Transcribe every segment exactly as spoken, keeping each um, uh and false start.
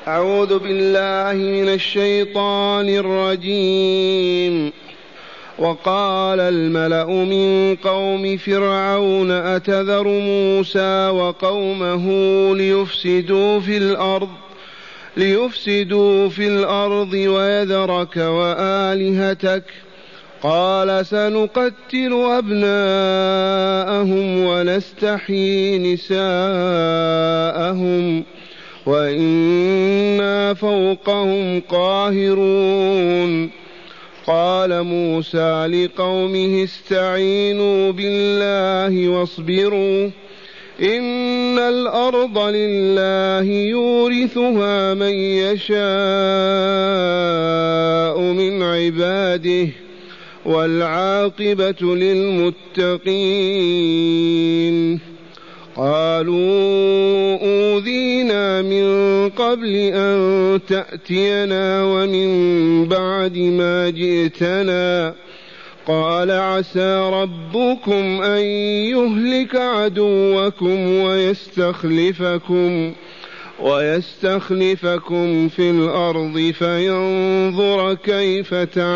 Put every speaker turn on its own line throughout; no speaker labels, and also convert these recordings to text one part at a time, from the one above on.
أعوذ بالله من الشيطان الرجيم. وقال الملأ من قوم فرعون أتذر موسى وقومه ليفسدوا في الأرض ليفسدوا في الأرض ويذرك وآلهتك قال سنقتل أبناءهم ونستحيي نساءهم وإنا فوقهم قاهرون. قال موسى لقومه استعينوا بالله واصبروا إن الأرض لله يورثها من يشاء من عباده والعاقبة للمتقين. قالوا أوذينا من قبل أن تأتينا ومن بعد ما جئتنا قال عسى ربكم أن يهلك عدوكم ويستخلفكم ويستخلفكم في الأرض فينظر كيف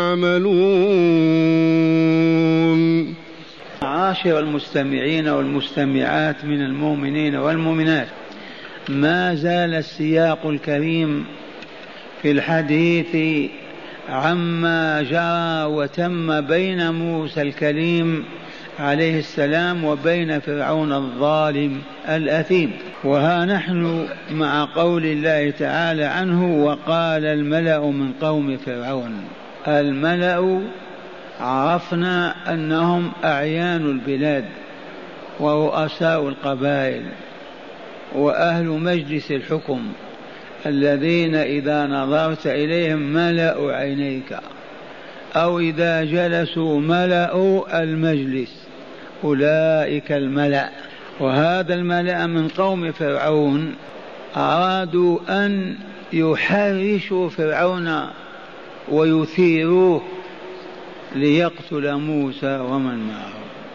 تعملون.
عاشر المستمعين والمستمعات من المؤمنين والمؤمنات، ما زال السياق الكريم في الحديث عما جرى وتم بين موسى الكليم عليه السلام وبين فرعون الظالم الأثيم. وها نحن مع قول الله تعالى عنه وقال الملأ من قوم فرعون. الملأ عرفنا أنهم أعيان البلاد ورؤساء القبائل وأهل مجلس الحكم الذين إذا نظرت إليهم ملأوا عينيك أو إذا جلسوا ملأوا المجلس، أولئك الملأ. وهذا الملأ من قوم فرعون أرادوا أن يحرشوا فرعون ويثيروه ليقتل موسى ومن معه،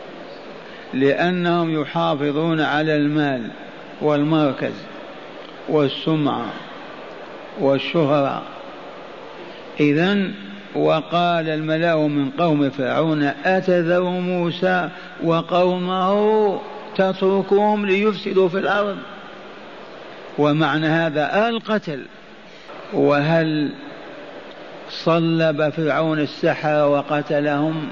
لأنهم يحافظون على المال والمركز والسمعة والشهرة. إذن وقال الملأ من قوم فرعون أتذر موسى وقومه تتركهم ليفسدوا في الأرض، ومعنى هذا القتل. وهل صلب فرعون السحرة وقتلهم؟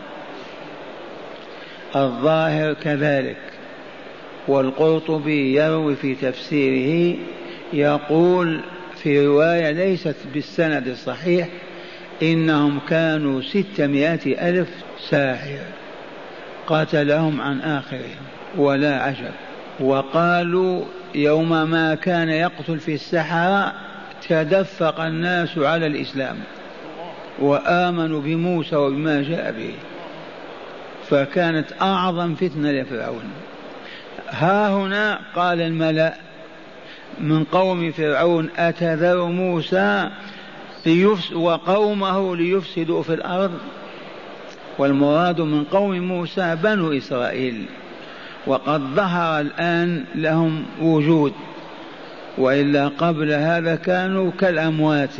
الظاهر كذلك. والقرطبي يروي في تفسيره يقول في رواية ليست بالسند الصحيح إنهم كانوا ستمائة ألف ساحر قاتلهم عن آخرهم ولا عجب. وقالوا يوم ما كان يقتل في السحرة تدفق الناس على الإسلام وآمنوا بموسى وبما جاء به، فكانت أعظم فتنة لفرعون. ها هنا قال الملأ من قوم فرعون أتذر موسى وقومه ليفسدوا في الأرض. والمراد من قوم موسى بنو إسرائيل، وقد ظهر الآن لهم وجود، وإلا قبل هذا كانوا كالأموات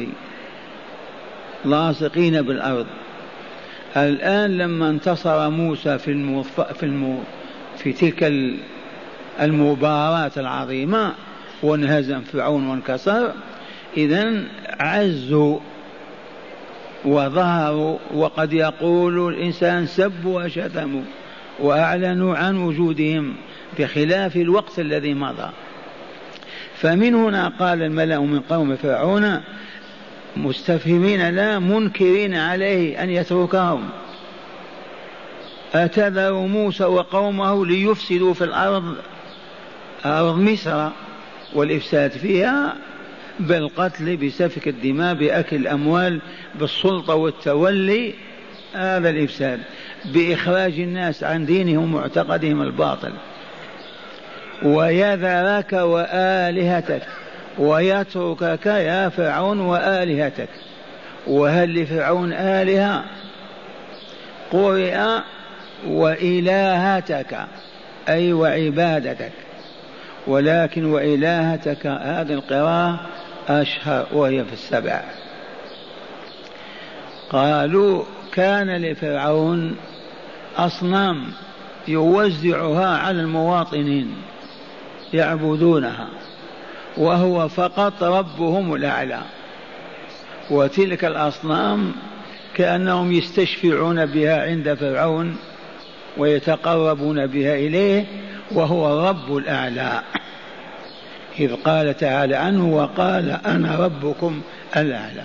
لاصقين بالأرض. الآن لما انتصر موسى في, المف... في, الم... في تلك المباراة العظيمة وانهزم فرعون وانكسر، إذن عزوا وظهروا. وقد يقول الإنسان سبوا وشتموا وأعلنوا عن وجودهم بخلاف الوقت الذي مضى. فمن هنا قال الملأ من قوم فرعون مستفهمين لا منكرين عليه أن يتركهم أتذر موسى وقومه ليفسدوا في الأرض، أرض مصر، والإفساد فيها بالقتل بسفك الدماء بأكل الأموال بالسلطة والتولي، هذا الإفساد بإخراج الناس عن دينهم ومعتقدهم الباطل. ويذرك وآلهتك، ويتركك يا فرعون وآلهتك. وهل لفرعون آلهة؟ قرئ وإلهتك أي وعبادتك، ولكن وإلهتك هذه القراءة أشهر وهي في السبع. قالوا كان لفرعون أصنام يوزعها على المواطنين يعبدونها وهو فقط ربهم الأعلى، وتلك الأصنام كأنهم يستشفعون بها عند فرعون ويتقربون بها إليه وهو الرب الأعلى، إذ قال تعالى عنه وقال أنا ربكم الأعلى.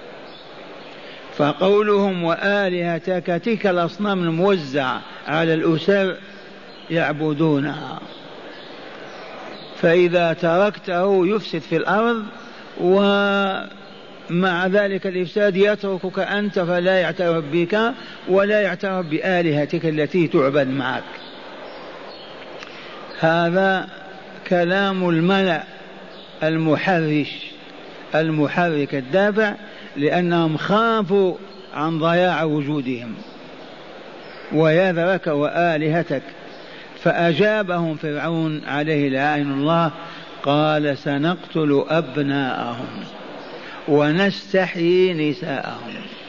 فقولهم وآلهتك تلك الأصنام الموزعة على الأسر يعبدونها، فإذا تركته يفسد في الأرض، ومع ذلك الإفساد يتركك أنت فلا يعترف بك ولا يعترف بآلهتك التي تعبد معك. هذا كلام الملأ المحرش المحرك الدافع، لأنهم خافوا عن ضياع وجودهم. ويذرك وآلهتك. فأجابهم فرعون عليه لعين الله قال سنقتل أبناءهم ونستحيي نساءهم.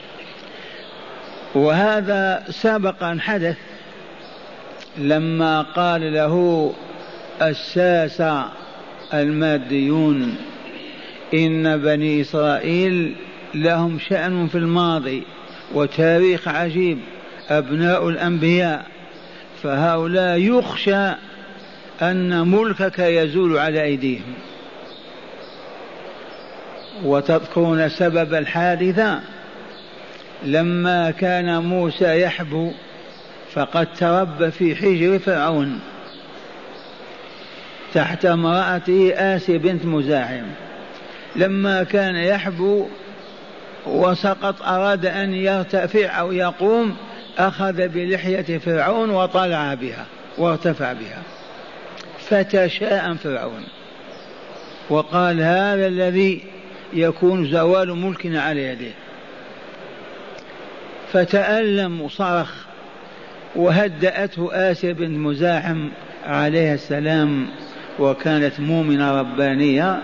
وهذا سبقا حدث لما قال له الساسة الماديون إن بني إسرائيل لهم شأن في الماضي وتاريخ عجيب، أبناء الأنبياء، فهؤلاء يخشى أن ملكك يزول على أيديهم. وتذكرون سبب الحادثة لما كان موسى يحبو فقد تربى في حجر فرعون تحت امرأته آسيا بنت مزاحم، لما كان يحبو وسقط أراد أن يرتفع أو يقوم أخذ بلحية فرعون وطلع بها وارتفع بها، فتشاءم فرعون وقال هذا الذي يكون زوال ملكنا على يده، فتألم وصرخ. وهدأته آسيا بنت مزاحم عليها السلام وكانت مؤمنة ربانية،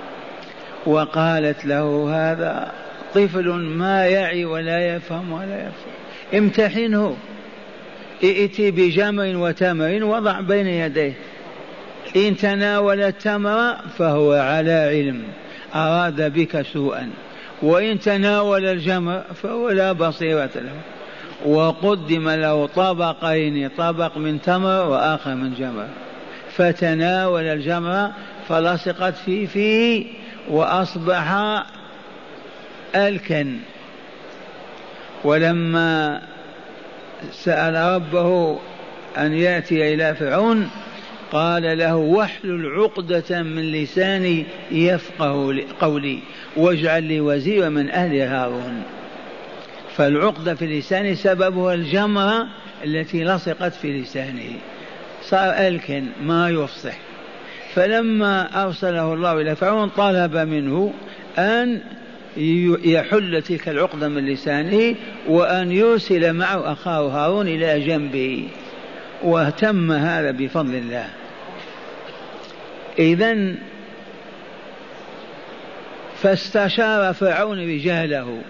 وقالت له هذا طفل ما يعي ولا يفهم ولا يفهم، امتحنه، ائتي بجمر وتمر وضع بين يديه، إن تناول التمر فهو على علم أراد بك سوءا، وإن تناول الجمر فهو لا بصيرة له. وقدم له طبقين، طبق من تمر وآخر من جمر، فتناول الجمر فلصقت في فيه وأصبح ألكا. ولما سأل ربه أن يأتي إلى فرعون قال له واحلل عقدة من لساني يفقه قولي واجعل لي وزيرا من أهل هارون. فالعقدة في لسانه سببها الجمرة التي لصقت في لسانه، صار ألكن ما يفصح. فلما أرسله الله إلى فرعون طلب منه أن يحل تلك العقدة من لسانه وأن يرسل معه أخاه هارون إلى جنبه، وتم هذا بفضل الله. إذن فاستشار فرعون رجاله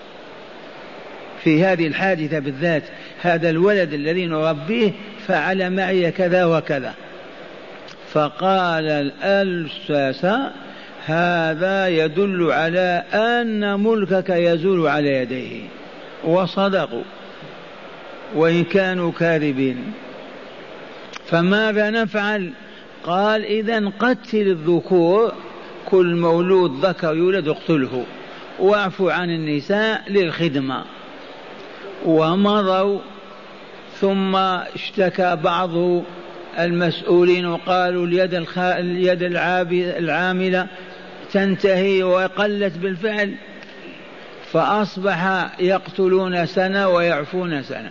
في هذه الحادثة بالذات، هذا الولد الذي نربيه فعل معي كذا وكذا، فقال الأساسة هذا يدل على أن ملكك يزول على يديه، وصدقوا وإن كانوا كاذبين. فماذا نفعل؟ قال إذن قتل الذكور، كل مولود ذكر يولد اقتله، واعفوا عن النساء للخدمة. ومضوا، ثم اشتكى بعض المسؤولين وقالوا اليد, الخ... اليد العاملة تنتهي، وقلت بالفعل، فأصبح يقتلون سنة ويعفون سنة،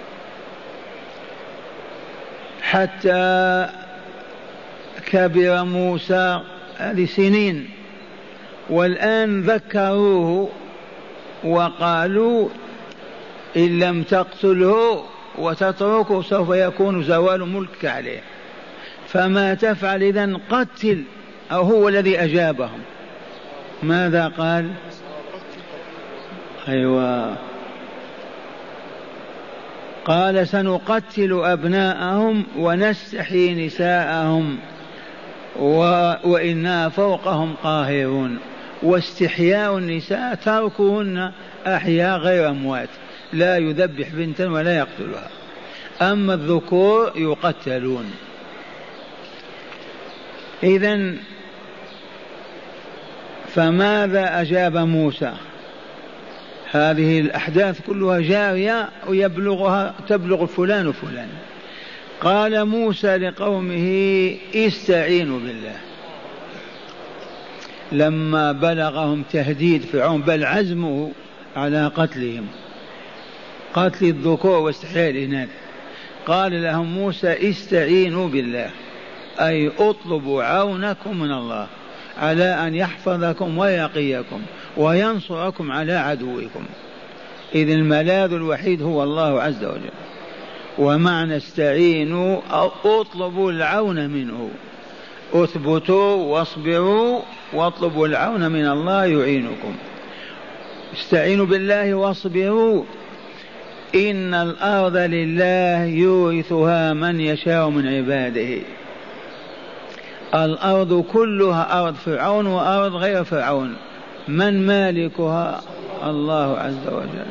حتى كبر موسى هذه سنين. والآن ذكروه وقالوا إن لم تقتله وتتركه سوف يكون زوال ملك عليه، فما تفعل إذن؟ قتل. أو هو الذي أجابهم ماذا قال؟ أيوة، قال سنقتل أبناءهم ونستحيي نساءهم وإنا فوقهم قاهرون. واستحياء النساء تركهن أحياء غير أموات، لا يذبح بنتا ولا يقتلها، أما الذكور يقتلون. إذن فماذا أجاب موسى؟ هذه الأحداث كلها جارية ويبلغها تبلغ فلان وفلان. قال موسى لقومه استعينوا بالله. لما بلغهم تهديد فرعون بل عزمه على قتلهم، قتل الذكور واستحياء الإناث، قال لهم موسى استعينوا بالله، أي اطلبوا عونكم من الله على أن يحفظكم ويقيكم وينصركم على عدوكم. إذ الملاذ الوحيد هو الله عز وجل. ومعنى استعينوا أو اطلبوا العون منه، اثبتوا واصبروا واطلبوا العون من الله يعينكم. استعينوا بالله واصبروا. إن الأرض لله يورثها من يشاء من عباده. الأرض كلها أرض فرعون وأرض غير فرعون، من مالكها؟ الله عز وجل.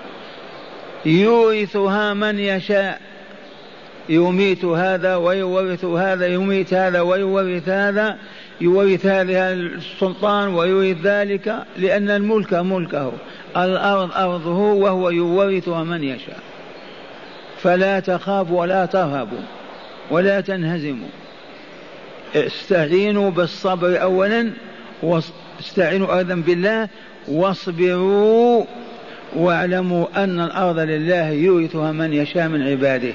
يورثها من يشاء، يميت هذا ويورث هذا، يميت هذا ويورث هذا، يورث هذا السلطان ويورث ذلك، لأن الملك ملكه، الأرض أرضه وهو يورثها من يشاء. فلا تخافوا ولا ترهبوا ولا تنهزموا. استعينوا بالصبر أولا، واستعينوا أيضا بالله واصبروا، واعلموا أن الأرض لله يورثها من يشاء من عباده،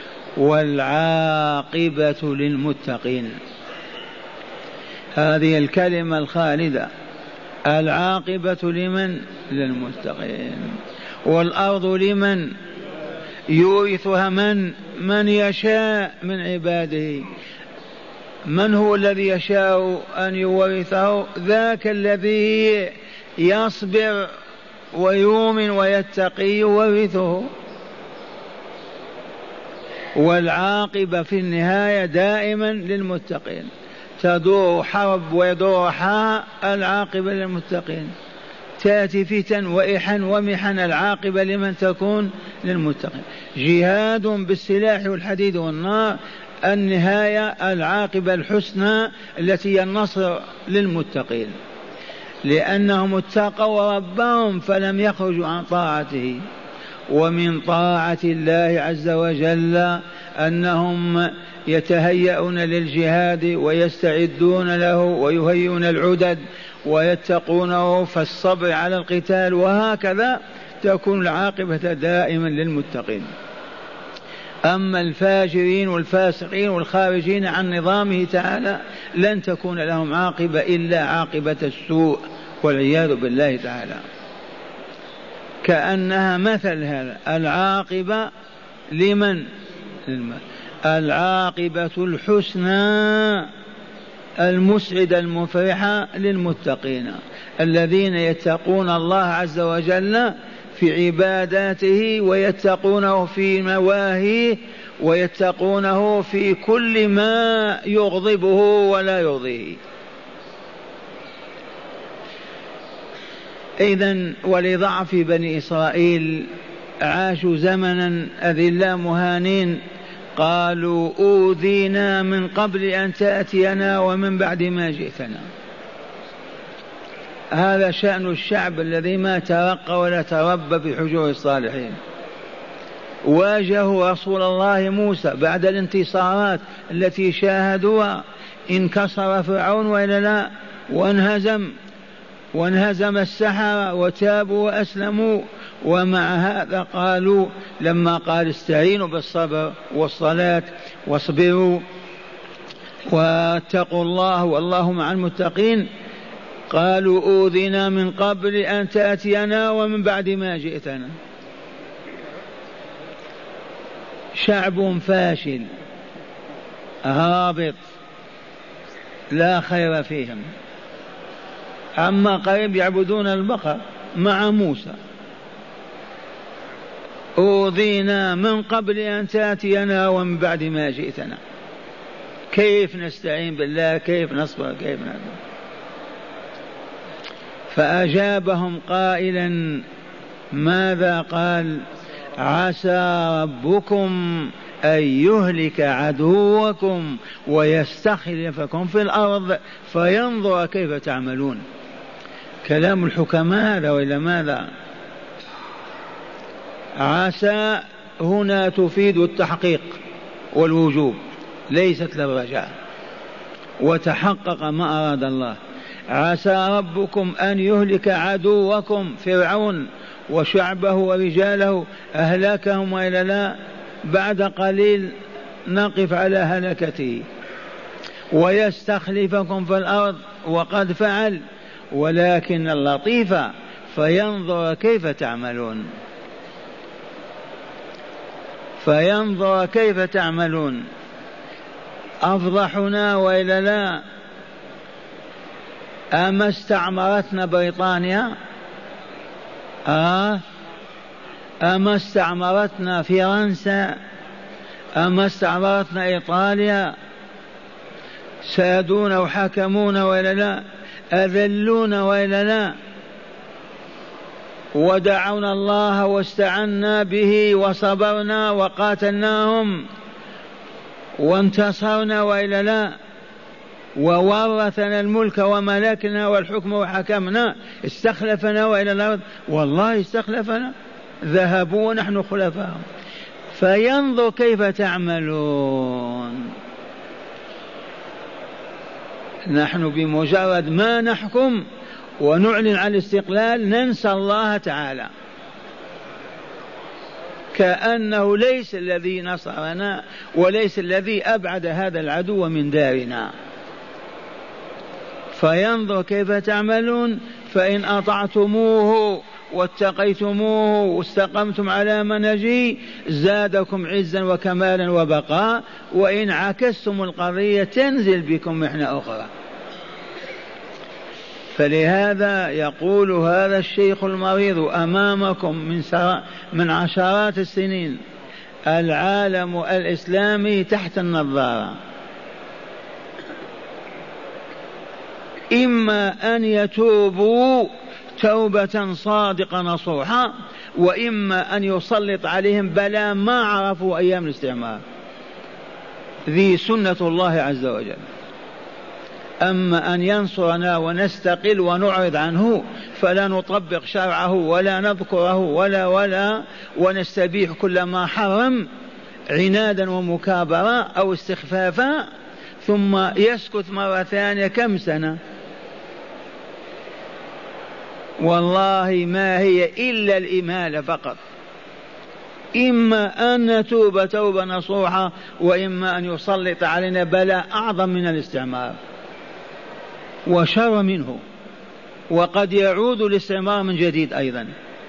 والعاقبة للمتقين. هذه الكلمة الخالدة، العاقبة لمن؟ للمتقين. والأرض لمن؟ يورثها من؟ من يشاء من عباده. من هو الذي يشاء أن يورثه؟ ذاك الذي يصبر ويؤمن ويتقي يورثه. والعاقبة في النهاية دائما للمتقين. تدور حرب ويدور حاء، العاقبة للمتقين. تأتي فتن وإحن ومحن، العاقبة لمن تكون؟ للمتقين. جهاد بالسلاح والحديد والنار، النهاية العاقبة الحسنى التي هي النصر للمتقين، لأنهم اتقوا ربهم فلم يخرجوا عن طاعته. ومن طاعة الله عز وجل أنهم يتهيئون للجهاد ويستعدون له ويهيئون العدد ويتقونه، فالصبر على القتال، وهكذا تكون العاقبة دائما للمتقين. أما الفاجرين والفاسقين والخارجين عن نظامه تعالى لن تكون لهم عاقبة إلا عاقبة السوء والعياذ بالله تعالى. كأنها مثل هذا، العاقبة لمن؟ العاقبة الحسنى المسعدة المفرحة للمتقين الذين يتقون الله عز وجل في عباداته ويتقونه في نواهيه ويتقونه في كل ما يغضبه ولا يرضيه. إذن ولضعف بني إسرائيل عاشوا زمنا أذلا مهانين، قالوا أوذينا من قبل أن تأتينا ومن بعد ما جئتنا. هذا شأن الشعب الذي ما ترقى ولا تربى في حجور الصالحين. واجهوا رسول الله موسى بعد الانتصارات التي شاهدوها، انكسر فرعون وإلا لا، وانهزم وانهزم السحرة وتابوا وأسلموا. ومع هذا قالوا لما قال استعينوا بالصبر والصلاة واصبروا واتقوا الله والله مع المتقين، قالوا أوذنا من قبل أن تأتينا ومن بعد ما جئتنا. شعب فاشل هابط لا خير فيهم. أما قريب يعبدون البقر مع موسى. أوذينا من قبل أن تأتينا ومن بعد ما جئتنا. كيف نستعين بالله؟ كيف نصبر؟ كيف نعمل؟ فأجابهم قائلا ماذا قال؟ عسى ربكم أن يهلك عدوكم ويستخلفكم في الأرض فينظر كيف تعملون. كلام الحكماء هذا وإلا ماذا؟ عسى هنا تفيد التحقيق والوجوب ليست للرجاء، وتحقق ما أراد الله. عسى ربكم أن يهلك عدوكم فرعون وشعبه ورجاله، أهلكهم وإلا لا؟ بعد قليل نقف على هلكته. ويستخلفكم في الأرض وقد فعل، ولكن اللطيف فينظر كيف تعملون. فينظر كيف تعملون. أفضحنا وإلا لا؟ أما استعمرتنا بريطانيا؟ آه أما استعمرتنا فرنسا؟ أما استعمرتنا إيطاليا؟ سادونا وحكمونا وإلا لا؟ أذلونا وإلا لا؟ ودعونا الله واستعنا به وصبرنا وقاتلناهم وانتصرنا وإلا لا؟ وورثنا الملك وملكنا والحكم وحكمنا. استخلفنا وإلى الأرض؟ والله استخلفنا، ذهبوا ونحن خلفاء. فينظر كيف تعملون. نحن بمجرد ما نحكم ونعلن عن الاستقلال ننسى الله تعالى، كأنه ليس الذي نصرنا وليس الذي أبعد هذا العدو من دارنا. فينظر كيف تعملون. فإن أطعتموه واتقيتموه واستقمتم على منهجه زادكم عزا وكمالا وبقاء، وإن عكستم القضية تنزل بكم محنة أخرى. فلهذا يقول هذا الشيخ المريض أمامكم من, من عشرات السنين: العالم الإسلامي تحت النظارة، إما أن يتوبوا توبة صادقة نصوحة، وإما أن يسلط عليهم بلاء ما عرفوا أيام الاستعمار. ذي سنة الله عز وجل. أما أن ينصرنا ونستقل ونعرض عنه فلا نطبق شرعه ولا نذكره ولا ولا ونستبيح كل ما حرم عنادا ومكابرة أو استخفافا، ثم يسكت مرة ثانية كم سنة؟ والله ما هي إلا الإمالة فقط. إما أن نتوب توبة نصوحة، وإما أن يسلط علينا بلاء أعظم من الاستعمار وشر منه، وقد يعود الاستعمار من جديد أيضا.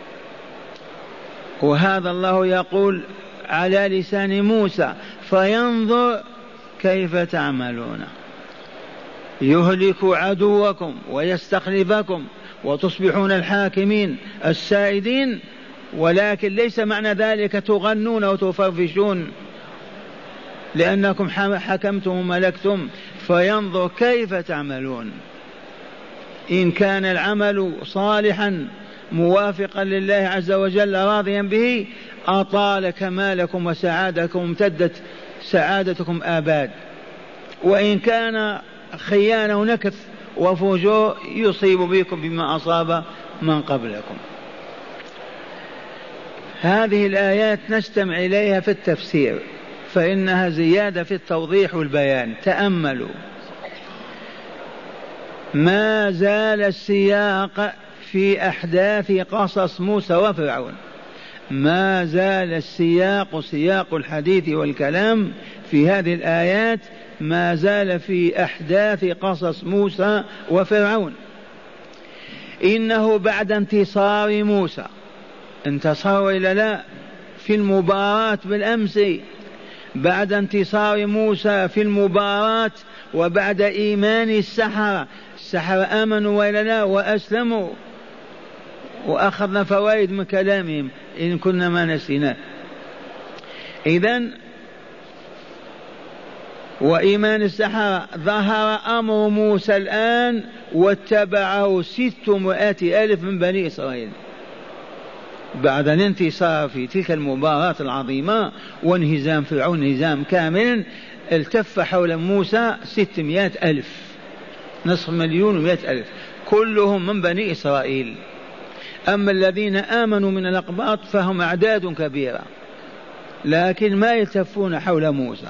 وهذا الله يقول على لسان موسى: فينظر كيف تعملون. يهلك عدوكم ويستخلفكم وتصبحون الحاكمين السائدين، ولكن ليس معنى ذلك تغنون وتفرفشون لأنكم حكمتم وملكتم. فينظر كيف تعملون. إن كان العمل صالحا موافقا لله عز وجل راضيا به أطال كمالكم وسعادتكم، امتدت سعادتكم آباد. وإن كان خيانة ونكث وفجور يصيب بكم بما أصاب من قبلكم. هذه الآيات نستمع إليها في التفسير فإنها زيادة في التوضيح والبيان. تأملوا، ما زال السياق في أحداث قصص موسى وفرعون، ما زال السياق سياق الحديث والكلام في هذه الآيات ما زال في أحداث قصص موسى وفرعون. إنه بعد انتصار موسى، انتصروا إلى لا في المباراة بالأمس، بعد انتصار موسى في المباراة وبعد إيمان السحرة السحرة آمنوا وإلا لا وأسلموا، وأخذنا فوائد من كلامهم إن كنا ما نسيناه. إذن وإيمان السحرة ظهر أمر موسى الآن واتبعه ستمائة ألف من بني إسرائيل بعد الانتصار في تلك المباراة العظيمة وانهزام فرعون انهزام كامل. التف حول موسى ستمائة ألف، نصف مليون ومائة ألف، كلهم من بني إسرائيل. أما الذين آمنوا من الأقباط فهم أعداد كبيرة لكن ما يلتفون حول موسى.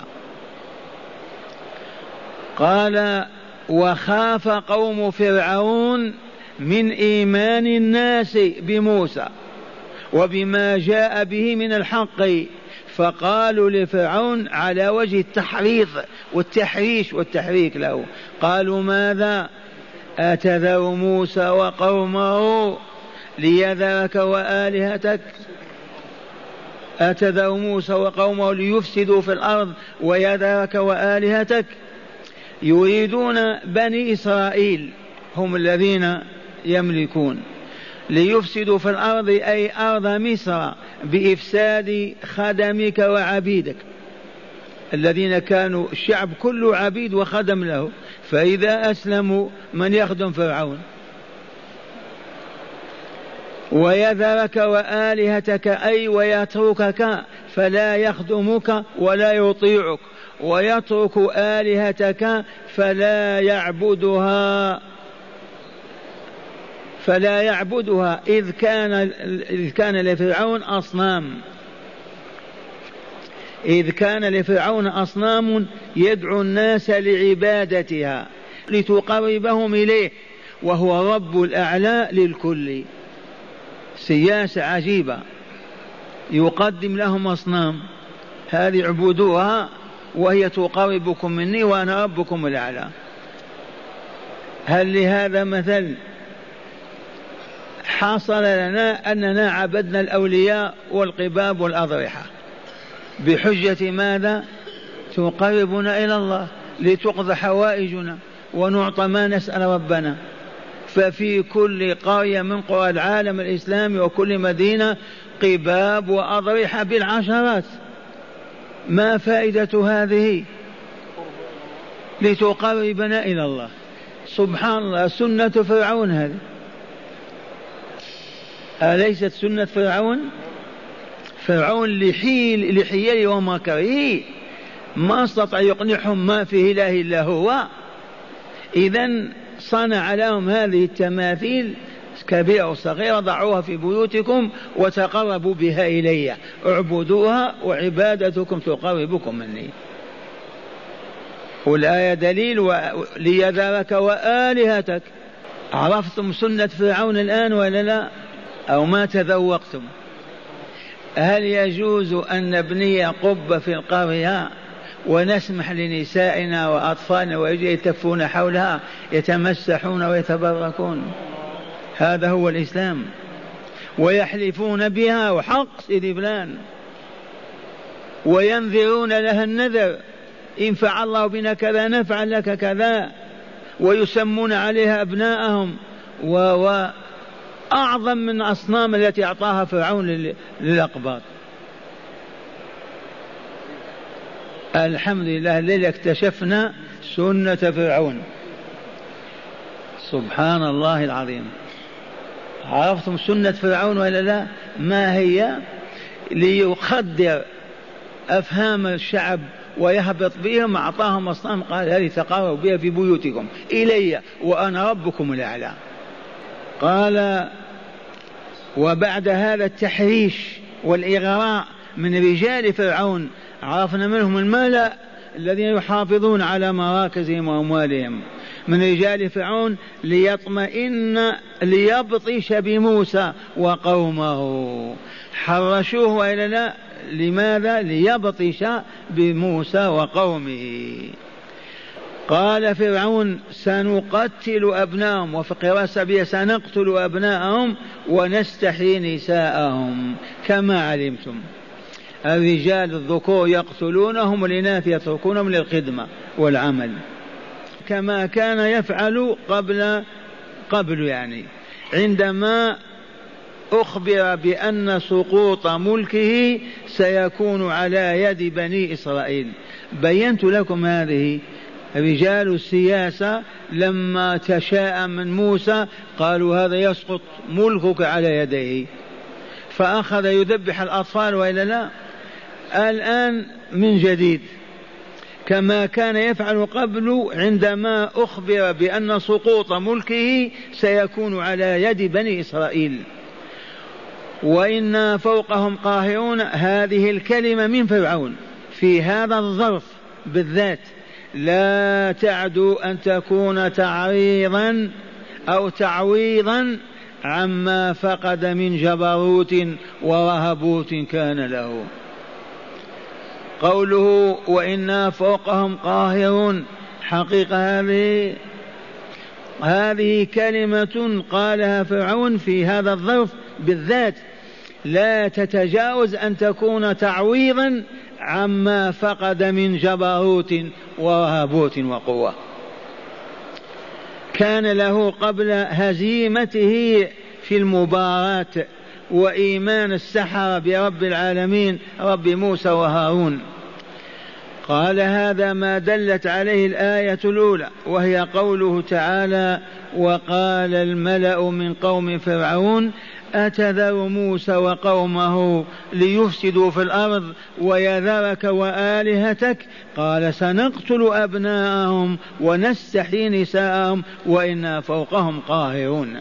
قال وخاف قوم فرعون من إيمان الناس بموسى وبما جاء به من الحق، فقالوا لفرعون على وجه التحريض والتحريش والتحريك له، قالوا ماذا؟ أتذر موسى وقومه ليذرك وآلهتك، أتذر موسى وقومه ليفسدوا في الأرض ويذرك وآلهتك. يريدون بني إسرائيل هم الذين يملكون ليفسدوا في الأرض أي أرض مصر بإفساد خدمك وعبيدك الذين كانوا الشعب كله عبيد وخدم له، فإذا أسلموا من يخدم فرعون؟ ويذرك وآلهتك أي ويتركك فلا يخدمك ولا يطيعك، ويترك آلهتك فلا يعبدها فلا يعبدها إذ كان إذ كان لفرعون أصنام إذ كان لفرعون أصنام يدعو الناس لعبادتها لتقربهم إليه وهو رب الأعلى للكل. سياسة عجيبة، يقدم لهم أصنام هذه اعبدوها وهي تقربكم مني وأنا ربكم الأعلى. هل لهذا مثل؟ حصل لنا أننا عبدنا الأولياء والقباب والأضرحة بحجة ماذا؟ تقربنا إلى الله لتقضى حوائجنا ونعطى ما نسأل ربنا. ففي كل قرية من قرى العالم الإسلامي وكل مدينة قباب وأضرحة بالعشرات. ما فائدة هذه؟ لتقربنا إلى الله. سبحان الله، سنة فرعون هذه، أليست سنة فرعون؟ فرعون لحيل لحيل ومكره ما استطاع يقنعهم ما فيه إله إلا هو، إذن صنع لهم هذه التماثيل كبيرة وصغيرة، ضعوها في بيوتكم وتقربوا بها إلي، اعبدوها وعبادتكم تقربكم مني. والآية دليل و... ليذرك وآلهتك. عرفتم سنة فرعون الآن ولا لا؟ أو ما تذوقتم؟ هل يجوز أن نبني قبة في القرية ونسمح لنسائنا وأطفالنا ويجي يتفون حولها يتمسحون ويتبركون؟ هذا هو الإسلام. ويحلفون بها وحق سيدي فلان وينذرون لها النذر، إن فعل الله بنا كذا نفعل لك كذا، ويسمون عليها أبناءهم و أعظم من أصنام التي أعطاها فرعون للأقباط. الحمد لله الذي اكتشفنا سنة فرعون. سبحان الله العظيم. عرفتم سنة فرعون ولا لا؟ ما هي؟ ليخدر أفهام الشعب ويهبط بهم أعطاهم أصنام، قال هذه تقربوا بها في بيوتكم إلي وأنا ربكم الأعلى. قال وبعد هذا التحريش والإغراء من رجال فرعون عرفنا منهم الملأ الذين يحافظون على مراكزهم وأموالهم من رجال فرعون ليطمئن ليبطش بموسى وقومه. حرشوه وإلا لا؟ لماذا؟ ليبطش بموسى وقومه. قال فرعون سنقتل أبناءهم، وفي قراءة سبية سنقتل أبناءهم ونستحيي نساءهم. كما علمتم الرجال الذكور يقتلونهم والإناث يتركونهم للخدمة والعمل. كما كان يفعل قبل قبل يعني عندما أخبر بأن سقوط ملكه سيكون على يد بني إسرائيل. بينت لكم هذه. رجال السياسة لما تشاءم من موسى قالوا هذا يسقط ملكك على يديه، فأخذ يذبح الأطفال وإلا لا. الآن من جديد كما كان يفعل قبل عندما أخبر بأن سقوط ملكه سيكون على يد بني إسرائيل. وإنا فوقهم قاهرون، هذه الكلمة من فرعون في هذا الظرف بالذات لا تعدو أن تكون تعريضا أو تعويضا عما فقد من جبروت ورهبوت كان له. قوله وإنا فوقهم قاهرون، حقيقة هذه هذه كلمة قالها فرعون في هذا الظرف بالذات لا تتجاوز أن تكون تعويضا عما فقد من جبروت ورهبوت وقوة. كان له قبل هزيمته في المباراة وإيمان السحرة برب العالمين رب موسى وهارون. قال هذا ما دلت عليه الآية الأولى وهي قوله تعالى وقال الملأ من قوم فرعون أتذر موسى وقومه ليفسدوا في الأرض ويذرك وآلهتك قال سنقتل أبناءهم ونستحيي نساءهم وإنا فوقهم قاهرون.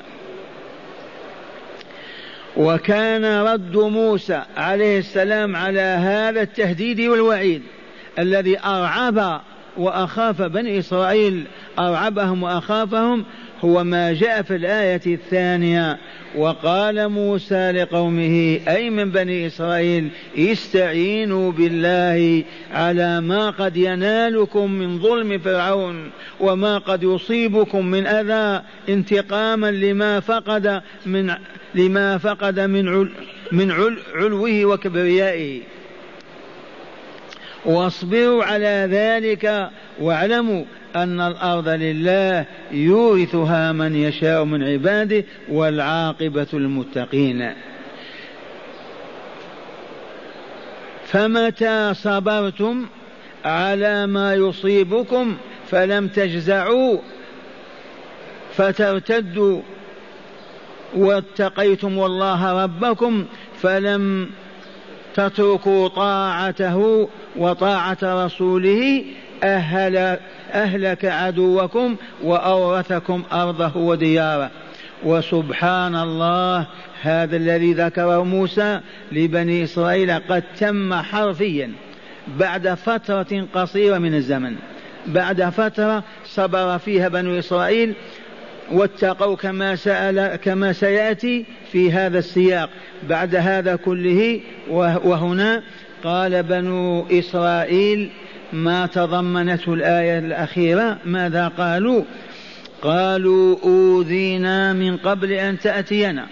وكان رد موسى عليه السلام على هذا التهديد والوعيد الذي أرعب وأخاف بني إسرائيل، أرعبهم وأخافهم، هو ما جاء في الآية الثانية وقال موسى لقومه أي من بني إسرائيل استعينوا بالله على ما قد ينالكم من ظلم فرعون وما قد يصيبكم من أذى انتقاما لما فقد من لما فقد من عل من عل علوه وكبريائه، واصبروا على ذلك واعلموا أن الأرض لله يورثها من يشاء من عباده والعاقبة المتقين. فمتى صبرتم على ما يصيبكم فلم تجزعوا فترتدوا واتقيتم والله ربكم فلم تتركوا طاعته وطاعة رسوله أهل أهلك عدوكم وأورثكم أرضه ودياره. وسبحان الله هذا الذي ذكره موسى لبني إسرائيل قد تم حرفيا بعد فترة قصيرة من الزمن، بعد فترة صبر فيها بنو إسرائيل واتقوا كما سأل كما سيأتي في هذا السياق. بعد هذا كله وهنا قال بنو إسرائيل ما تضمنته الآية الأخيرة ماذا قالوا؟ قالوا أوذينا من قبل أن تأتينا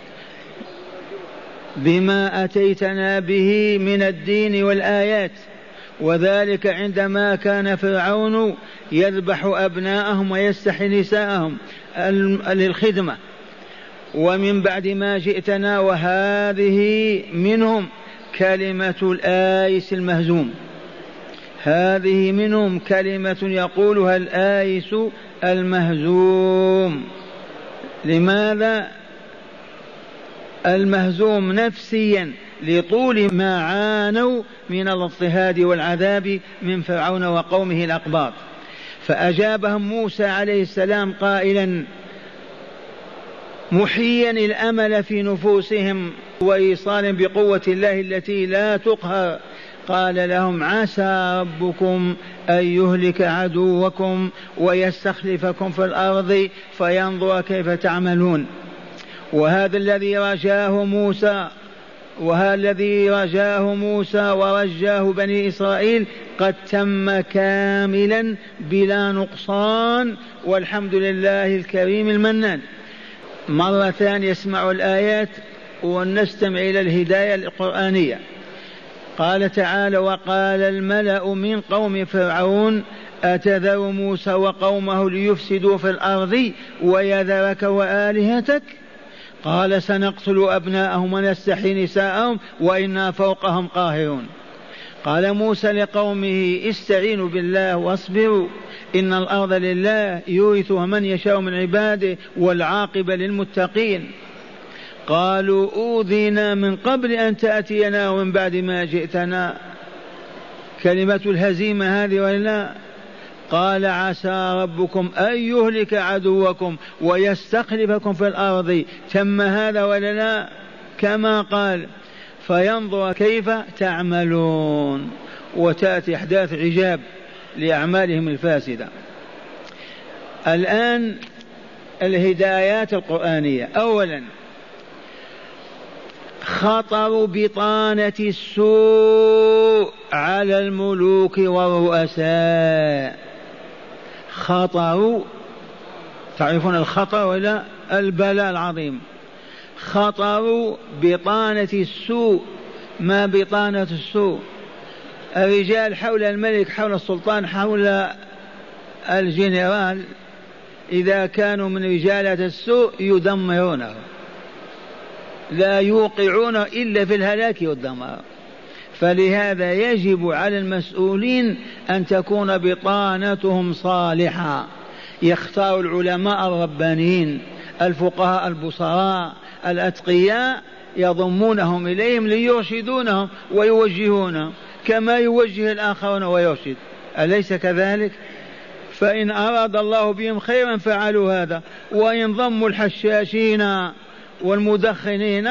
بما أتيتنا به من الدين والآيات، وذلك عندما كان فرعون يذبح أبناءهم ويستحيي نساءهم للخدمة، ومن بعد ما جئتنا وهذه منهم كلمة الآيس المهزوم، هذه منهم كلمة يقولها الآيس المهزوم. لماذا المهزوم؟ نفسيا لطول ما عانوا من الاضطهاد والعذاب من فرعون وقومه الأقباط. فأجابهم موسى عليه السلام قائلا محيا الأمل في نفوسهم وإيصال بقوة الله التي لا تقهر، قال لهم عسى ربكم أن يهلك عدوكم ويستخلفكم في الأرض فينظر كيف تعملون. وهذا الذي رجاه موسى وهذا الذي رجاه موسى ورجاه بني إسرائيل قد تم كاملا بلا نقصان، والحمد لله الكريم المنان. مرة ثانية اسمعوا الآيات ونستمع إلى الهداية القرآنية. قال تعالى وقال الملأ من قوم فرعون أتذر موسى وقومه ليفسدوا في الأرض ويذرك وآلهتك؟ قال سنقتل أبناءهم ونستحيي نساءهم وإنا فوقهم قاهرون. قال موسى لقومه استعينوا بالله واصبروا إن الأرض لله يورثها من يشاء من عباده والعاقبة للمتقين. قالوا أوذينا من قبل أن تأتينا ومن بعد ما جئتنا، كلمة الهزيمة هذه ولا؟ قال عسى ربكم أن يهلك عدوكم ويستخلفكم في الأرض، تم هذا ولا لا؟ كما قال فينظر كيف تعملون، وتأتي أحداث عجاب لأعمالهم الفاسدة. الآن الهدايات القرآنية. أولا خطر بطانة السوء على الملوك والرؤساء. خطر، تعرفون الخطر ولا؟ البلاء العظيم. خطر بطانة السوء. ما بطانة السوء؟ الرجال حول الملك، حول السلطان، حول الجنرال، إذا كانوا من رجالة السوء يدمرونه، لا يوقعون إلا في الهلاك والدمار. فلهذا يجب على المسؤولين أن تكون بطانتهم صالحة. يختار العلماء الربانيين، الفقهاء البصراء الأتقياء، يضمونهم إليهم ليرشدونهم ويوجهونهم كما يوجه الآخرون ويرشد. أليس كذلك؟ فإن أراد الله بهم خيرا فعلوا هذا، وإن ضموا الحشاشين والمدخنين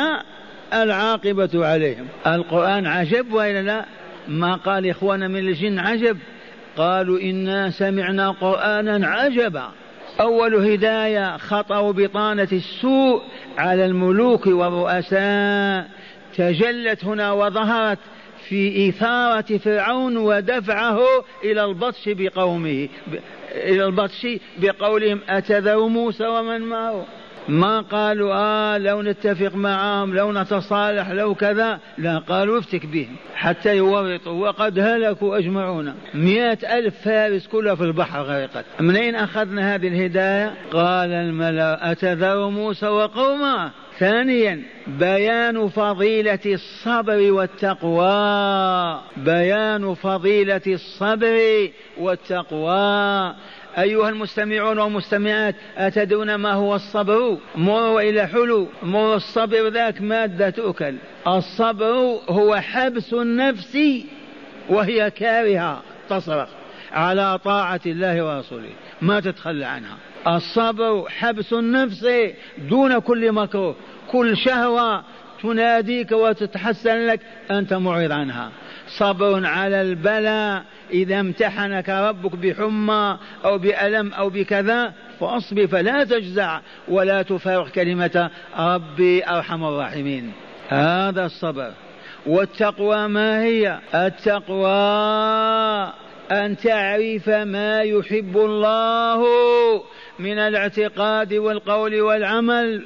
العاقبة عليهم. القرآن عجب وإلا لا؟ ما قال إخوانا من الجن عجب؟ قالوا إنا سمعنا قرآنا عجبا. أول هداية خطر بطانة السوء على الملوك والرؤساء، تجلت هنا وظهرت في إثارة فرعون ودفعه إلى البطش بقومه، إلى البطش بقولهم أتذر موسى ومن معه. ما قالوا آه لو نتفق معهم، لو نتصالح، لو كذا، لا، قالوا افتك بهم حتى يورطوا، وقد هلكوا أجمعون. مئة ألف فارس كلها في البحر غرقت. منين أخذنا هذه الهداية؟ قال الملأ أتذر موسى وقومه. ثانيا بيان فضيلة الصبر والتقوى. بيان فضيلة الصبر والتقوى. أيها المستمعون والمستمعات، أتدرون ما هو الصبر؟ مروا إلى حلو. مر الصبر ذاك مادة تؤكل. الصبر هو حبس النفس وهي كارهة تصرخ على طاعة الله ورسوله، ما تتخلى عنها. الصبر حبس النفس دون كل مكروه، كل شهوة تناديك وتتحسن لك أنت معرض عنها. صبر على البلاء، إذا امتحنك ربك بحمى أو بألم أو بكذا فأصبر فلا تجزع ولا تفارق كلمة ربي أرحم الراحمين. هذا الصبر. والتقوى ما هي؟ التقوى أن تعرف ما يحب الله من الاعتقاد والقول والعمل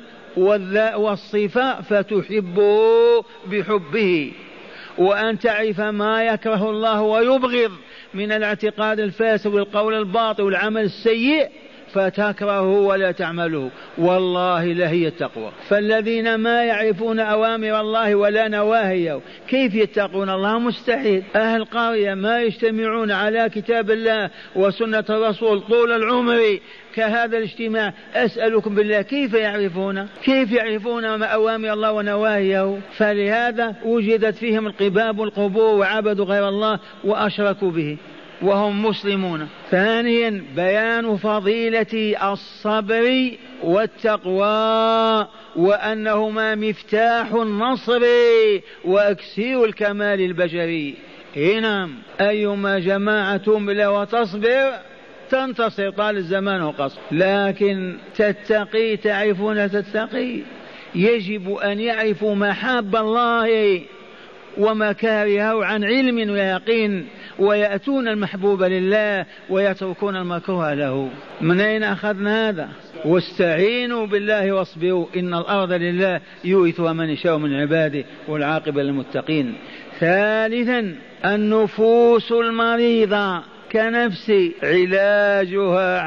والصفة فتحبه بحبه، وأن تعرف ما يكره الله ويبغض من الاعتقاد الفاسد والقول الباطل والعمل السيء فتكرهه ولا تعمله. والله لهي التقوى. فالذين ما يعرفون أوامر الله ولا نواهيه كيف يتقون الله؟ مستحيل. أهل قرية ما يجتمعون على كتاب الله وسنة الرسول طول العمر كهذا الاجتماع، أسألكم بالله كيف يعرفون كيف يعرفون ما أوامر الله ونواهيه؟ فلهذا وجدت فيهم القباب والقبور وعبدوا غير الله وأشركوا به وهم مسلمون. ثانيا بيان فضيلة الصبر والتقوى، وأنهما مفتاح النصر وأكسير الكمال البشري. هنا أيما جماعة تملى وتصبر تنتصر طال الزمان وقصر، لكن تتقي، تعرفون تتقي، يجب أن يعرفوا محاب الله ومكارهه عن علم ويقين، ويأتون المحبوب لله ويتركون المكروه له. من أين أخذنا هذا؟ واستعينوا بالله واصبروا إن الأرض لله يورثها من يشاء من عباده والعاقبة للمتقين. ثالثا النفوس المريضة كنفسي علاجها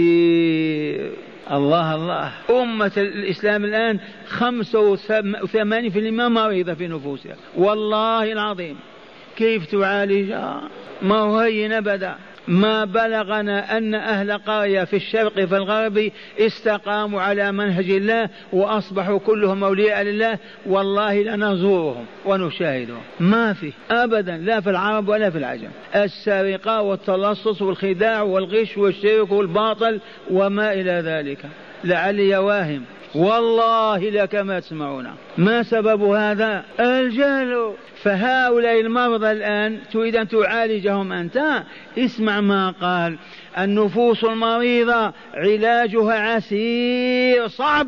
عسير. الله الله. أمة الإسلام الآن خمسة وثمانين في المئة مريضة في نفوسها، والله العظيم. كيف تعالجها؟ ما هو هين أبدا. ما بلغنا أن أهل قرية في الشرق في الغرب استقاموا على منهج الله وأصبحوا كلهم أولياء لله، والله لنزورهم ونشاهدهم. ما في أبدا، لا في العرب ولا في العجم. السرقة والتلصص والخداع والغش والشرك والباطل وما إلى ذلك. لعلي واهم، والله لك ما تسمعون. ما سبب هذا؟ الجهل. فهؤلاء المرضى الآن تريد أن تعالجهم أنت؟ اسمع ما قال: النفوس المريضة علاجها عسير صعب،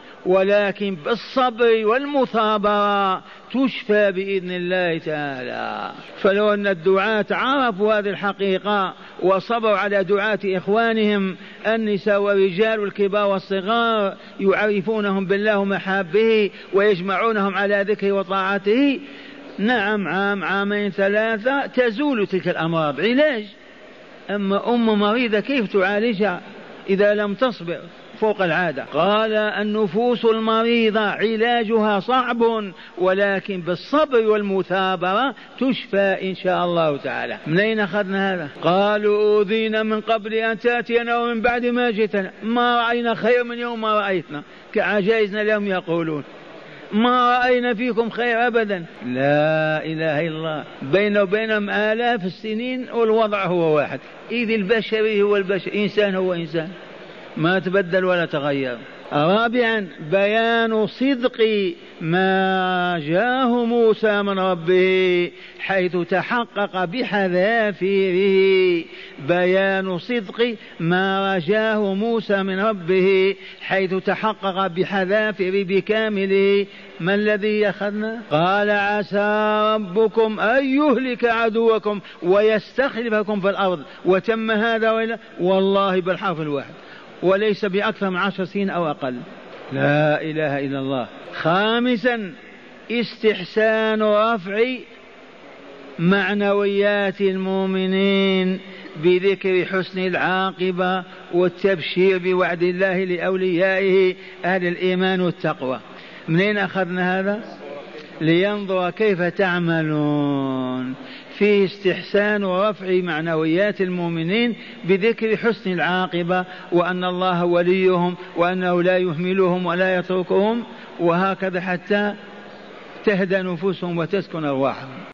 ولكن بالصبر والمثابرة تشفى بإذن الله تعالى. فلو أن الدعاة عرفوا هذه الحقيقة وصبروا على دعاة إخوانهم النساء والرجال والكبار والصغار، يعرفونهم بالله ومحابه ويجمعونهم على ذكره وطاعته، نعم عام عامين ثلاثة تزول تلك الأمراض. علاج. أما أم مريضة كيف تعالجها إذا لم تصبر فوق العادة؟ قال: النفوس المريضة علاجها صعب، ولكن بالصبر والمثابرة تشفى إن شاء الله تعالى. من أين أخذنا هذا؟ قالوا: أوذينا من قبل أن تأتينا ومن بعد ما جئتنا، ما رأينا خير من يوم ما رأيتنا، كعجائزنا اليوم يقولون ما رأينا فيكم خير أبدا. لا إله إلا الله. بينه وبينهم آلاف السنين والوضع هو واحد. إذ البشري هو البشر، إنسان هو إنسان، ما تبدل ولا تغير. رابعا: بيان صدق ما جاءه موسى من ربه حيث تحقق بحذافيره. بيان صدق ما رجاه موسى من ربه حيث تحقق بحذافيره بكامله. ما الذي أخذنا؟ قال: عسى ربكم أن يهلك عدوكم ويستخلفكم في الأرض. وتم هذا ولا والله بالحرف الواحد، وليس بأكثر من عشر سنين أو أقل. لا إله إلا الله. خامسا: استحسان رفع معنويات المؤمنين بذكر حسن العاقبة والتبشير بوعد الله لأوليائه أهل الإيمان والتقوى. منين أخذنا هذا؟ لينظر كيف تعملون. فيه استحسان ورفع معنويات المؤمنين بذكر حسن العاقبة، وأن الله وليهم وأنه لا يهملهم ولا يتركهم، وهكذا حتى تهدى نفوسهم وتسكن أرواحهم.